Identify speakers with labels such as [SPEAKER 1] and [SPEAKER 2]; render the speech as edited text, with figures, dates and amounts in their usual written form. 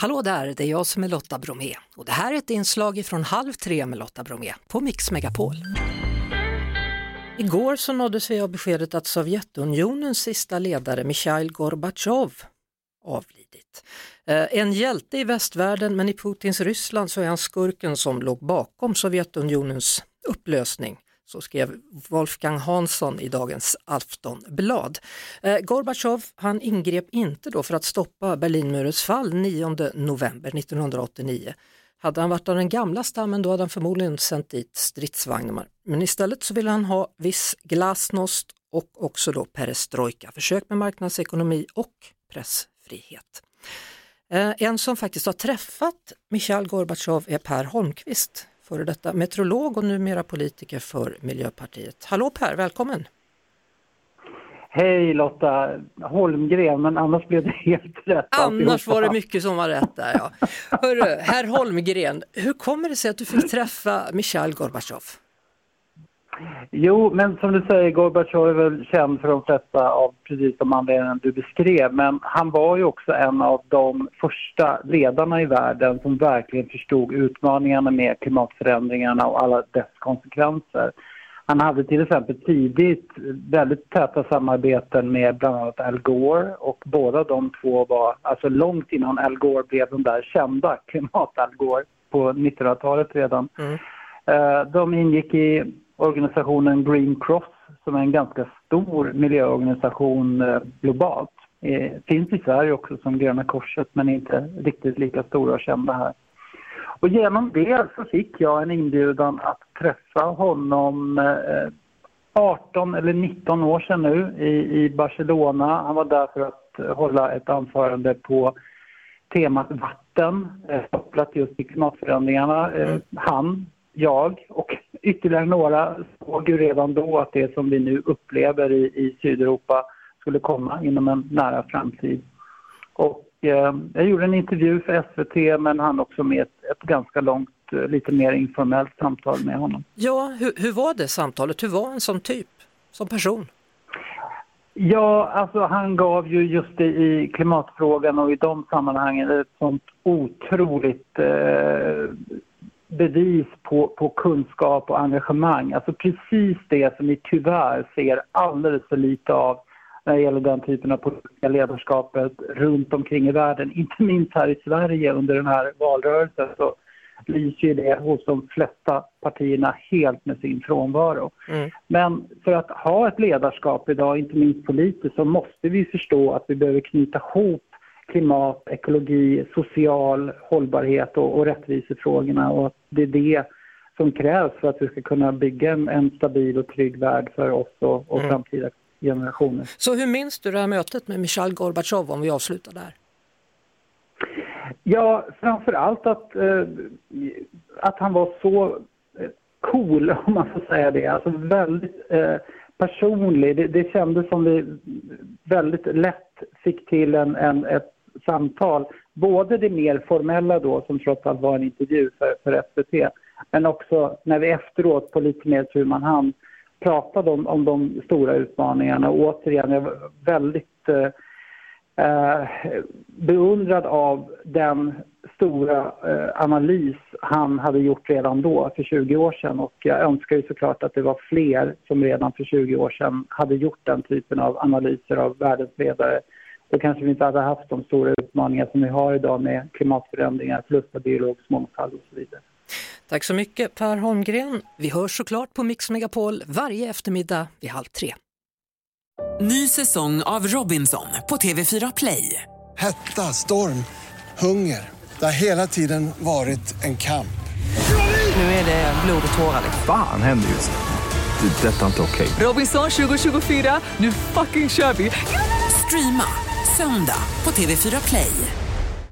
[SPEAKER 1] Hallå där, det är jag som är Lotta Bromé och det här är ett inslag från 2:30 med Lotta Bromé på Mix Megapol. Igår så nåddes vi av beskedet att Sovjetunionens sista ledare Mikhail Gorbatjov avlidit. En hjälte i västvärlden, men i Putins Ryssland så är han skurken som låg bakom Sovjetunionens upplösning. Så skrev Wolfgang Hansson i dagens Aftonblad. Gorbatjov, han ingrep inte då för att stoppa Berlinmurens fall 9 november 1989. Hade han varit av den gamla stammen då hade han förmodligen sänt dit stridsvagnar. Men istället så ville han ha viss glasnost och också då perestrojka. Försök med marknadsekonomi och pressfrihet. En som faktiskt har träffat Mikhail Gorbatjov är Per Holmqvist. Före detta meteorolog och numera politiker för Miljöpartiet. Hallå Per, välkommen!
[SPEAKER 2] Hej Lotta, Holmgren, men annars blev det helt rätt.
[SPEAKER 1] Annars var det mycket som var rätt där, ja. Hörru, herr Holmgren, hur kommer det sig att du fick träffa Mikhail Gorbatjov?
[SPEAKER 2] Jo, men som du säger, Gorbatjov är väl känd för de flesta av precis de anledningarna du beskrev. Men han var ju också en av de första ledarna i världen som verkligen förstod utmaningarna med klimatförändringarna och alla dess konsekvenser. Han hade till exempel tidigt väldigt täta samarbeten med bland annat Al Gore, och båda de två var, alltså långt innan Al Gore blev den där kända klimat-Al Gore på 1900-talet redan. De ingick i organisationen Green Cross, som är en ganska stor miljöorganisation globalt. Finns i Sverige också som Gröna Korset, men inte riktigt lika stora och kända här. Och genom det så fick jag en inbjudan att träffa honom 18 eller 19 år sedan nu i Barcelona. Han var där för att hålla ett anförande på temat vatten, kopplat just till klimatförändringarna. Jag och ytterligare några såg ju redan då att det som vi nu upplever i Sydeuropa skulle komma inom en nära framtid. Och jag gjorde en intervju för SVT, men han också med ett ganska långt, lite mer informellt samtal med honom.
[SPEAKER 1] Ja, hur var det samtalet? Hur var en sån typ, som person?
[SPEAKER 2] Ja, alltså han gav ju just i klimatfrågan och i de sammanhangen ett sånt otroligt bevis på kunskap och engagemang. Alltså precis det som vi tyvärr ser alldeles för lite av när det gäller den typen av politiska ledarskapet runt omkring i världen. Inte minst här i Sverige under den här valrörelsen så lyser ju det hos de flesta partierna helt med sin frånvaro. Men för att ha ett ledarskap idag, inte minst politiskt, så måste vi förstå att vi behöver knyta ihop klimat, ekologi, social hållbarhet och rättvisefrågorna, och att det är det som krävs för att vi ska kunna bygga en stabil och trygg värld för oss och framtida generationer.
[SPEAKER 1] Så hur minns du det här mötet med Mikhail Gorbatjov, om vi avslutar där?
[SPEAKER 2] Ja, framförallt att han var så cool, om man får säga det. Alltså väldigt personlig. Det kändes som vi väldigt lätt fick till ett samtal. Både det mer formella då, som trots allt var en intervju för SVT, men också när vi efteråt på lite mer hur man hann pratade om de stora utmaningarna. Och återigen, jag var väldigt beundrad av den stora analys han hade gjort redan då för 20 år sedan, och jag önskar ju såklart att det var fler som redan för 20 år sedan hade gjort den typen av analyser av världens ledare. Då kanske vi inte hade haft de stora utmaningar som vi har idag med klimatförändringar, förlust av biologisk mångfald och så vidare.
[SPEAKER 1] Tack så mycket Per Holmgren. Vi hörs såklart på Mix Megapol varje eftermiddag vid 2:30.
[SPEAKER 3] Ny säsong av Robinson på TV4 Play.
[SPEAKER 4] Hetta, storm, hunger. Det har hela tiden varit en kamp.
[SPEAKER 3] Nu är det blod och tårar.
[SPEAKER 5] Fan händer just det. Detta är inte okej.
[SPEAKER 3] Robinson 2024, nu fucking kör vi. Streama söndag på TV4 Play.